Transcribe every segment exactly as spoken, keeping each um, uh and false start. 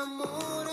amor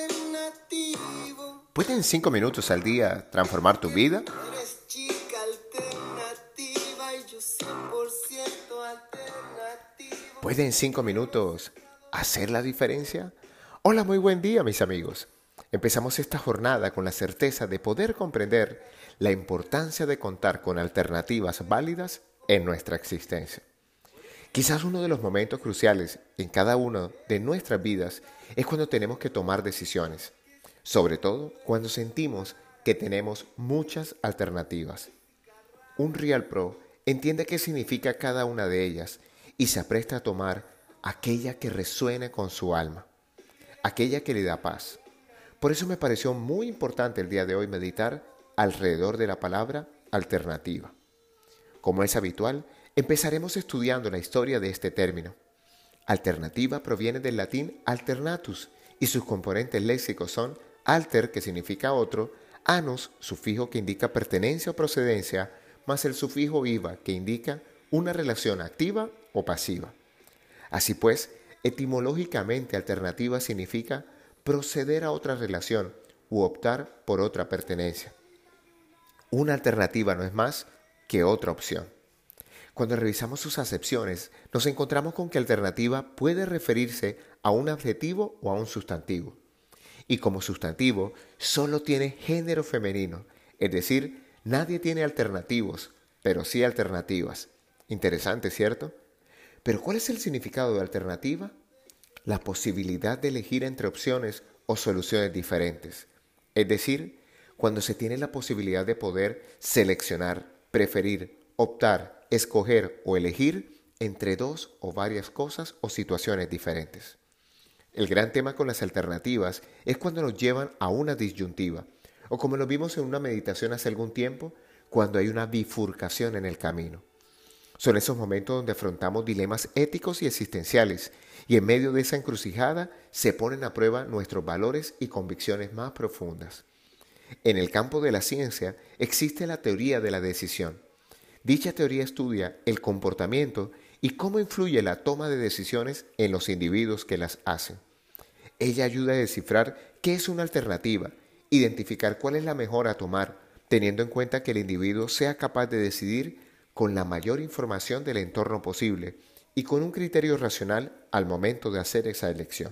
alternativo. ¿Pueden cinco minutos al día transformar tu vida? Tú eres chica alternativa y yo cien por ciento alternativo. ¿Pueden cinco minutos hacer la diferencia? Hola, muy buen día, mis amigos. Empezamos esta jornada con la certeza de poder comprender la importancia de contar con alternativas válidas en nuestra existencia. Quizás uno de los momentos cruciales en cada una de nuestras vidas es cuando tenemos que tomar decisiones, sobre todo cuando sentimos que tenemos muchas alternativas. Un Real Pro entiende qué significa cada una de ellas y se apresta a tomar aquella que resuene con su alma, aquella que le da paz. Por eso me pareció muy importante el día de hoy meditar alrededor de la palabra alternativa. Como es habitual, empezaremos estudiando la historia de este término. Alternativa proviene del latín alternatus y sus componentes léxicos son alter, que significa otro, anus, sufijo que indica pertenencia o procedencia, más el sufijo iva, que indica una relación activa o pasiva. Así pues, etimológicamente alternativa significa proceder a otra relación u optar por otra pertenencia. Una alternativa no es más que otra opción. Cuando revisamos sus acepciones, nos encontramos con que alternativa puede referirse a un adjetivo o a un sustantivo. Y como sustantivo, solo tiene género femenino, es decir, nadie tiene alternativos, pero sí alternativas. Interesante, ¿cierto? Pero ¿cuál es el significado de alternativa? La posibilidad de elegir entre opciones o soluciones diferentes. Es decir, cuando se tiene la posibilidad de poder seleccionar, preferir, optar, escoger o elegir entre dos o varias cosas o situaciones diferentes. El gran tema con las alternativas es cuando nos llevan a una disyuntiva, o como lo vimos en una meditación hace algún tiempo, cuando hay una bifurcación en el camino. Son esos momentos donde afrontamos dilemas éticos y existenciales, y en medio de esa encrucijada se ponen a prueba nuestros valores y convicciones más profundas. En el campo de la ciencia existe la teoría de la decisión. Dicha teoría estudia el comportamiento y cómo influye la toma de decisiones en los individuos que las hacen. Ella ayuda a descifrar qué es una alternativa, identificar cuál es la mejor a tomar, teniendo en cuenta que el individuo sea capaz de decidir con la mayor información del entorno posible y con un criterio racional al momento de hacer esa elección.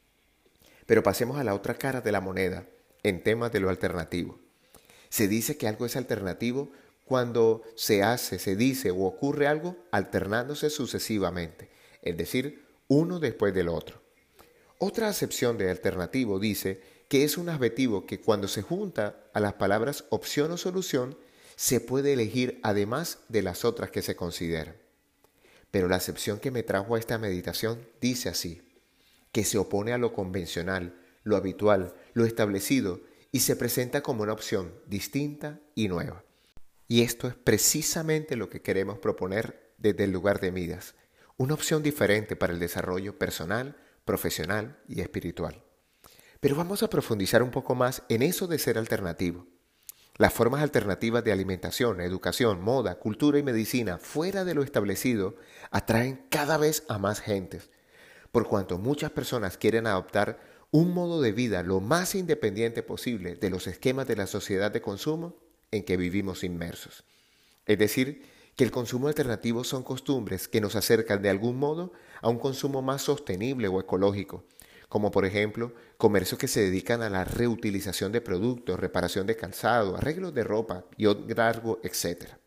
Pero pasemos a la otra cara de la moneda, en temas de lo alternativo. Se dice que algo es alternativo cuando se hace, se dice o ocurre algo alternándose sucesivamente, es decir, uno después del otro. Otra acepción de alternativo dice que es un adjetivo que cuando se junta a las palabras opción o solución, se puede elegir además de las otras que se consideran. Pero la acepción que me trajo a esta meditación dice así, que se opone a lo convencional, lo habitual, lo establecido y se presenta como una opción distinta y nueva. Y esto es precisamente lo que queremos proponer desde el lugar de Midas, una opción diferente para el desarrollo personal, profesional y espiritual. Pero vamos a profundizar un poco más en eso de ser alternativo. Las formas alternativas de alimentación, educación, moda, cultura y medicina fuera de lo establecido atraen cada vez a más gentes, por cuanto muchas personas quieren adoptar un modo de vida lo más independiente posible de los esquemas de la sociedad de consumo en que vivimos inmersos. Es decir, que el consumo alternativo son costumbres que nos acercan de algún modo a un consumo más sostenible o ecológico, como por ejemplo comercios que se dedican a la reutilización de productos, reparación de calzado, arreglos de ropa y largo, etcétera.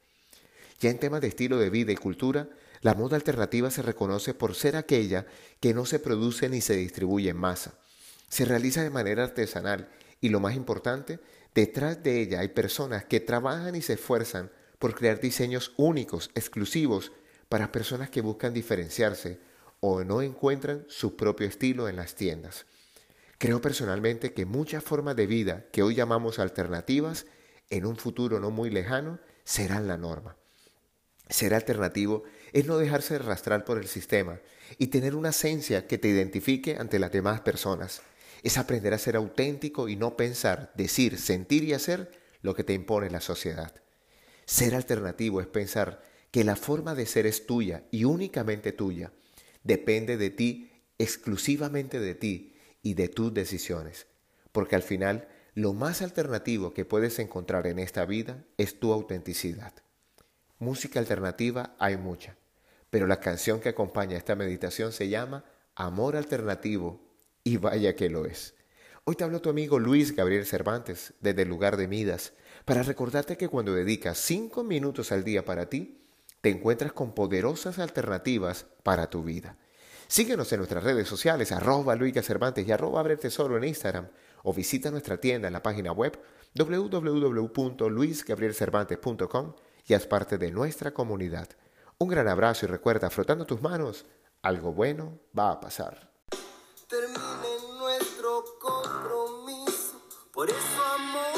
Ya en temas de estilo de vida y cultura, la moda alternativa se reconoce por ser aquella que no se produce ni se distribuye en masa. Se realiza de manera artesanal y lo más importante, detrás de ella hay personas que trabajan y se esfuerzan por crear diseños únicos, exclusivos, para personas que buscan diferenciarse o no encuentran su propio estilo en las tiendas. Creo personalmente que muchas formas de vida que hoy llamamos alternativas, en un futuro no muy lejano, serán la norma. Ser alternativo es no dejarse arrastrar por el sistema y tener una esencia que te identifique ante las demás personas. Es aprender a ser auténtico y no pensar, decir, sentir y hacer lo que te impone la sociedad. Ser alternativo es pensar que la forma de ser es tuya y únicamente tuya. Depende de ti, exclusivamente de ti, y de tus decisiones. Porque al final, lo más alternativo que puedes encontrar en esta vida es tu autenticidad. Música alternativa hay mucha, pero la canción que acompaña esta meditación se llama Amor Alternativo, y vaya que lo es. Hoy te habló tu amigo Luis Gabriel Cervantes desde el lugar de Midas para recordarte que cuando dedicas cinco minutos al día para ti, te encuentras con poderosas alternativas para tu vida. Síguenos en nuestras redes sociales, arroba Luis Cervantes y arroba Abre Tesoro en Instagram, o visita nuestra tienda en la página web doble u doble u doble u punto luis gabriel cervantes punto com y haz parte de nuestra comunidad. Un gran abrazo y recuerda, frotando tus manos, algo bueno va a pasar. Termine nuestro compromiso, por eso amor.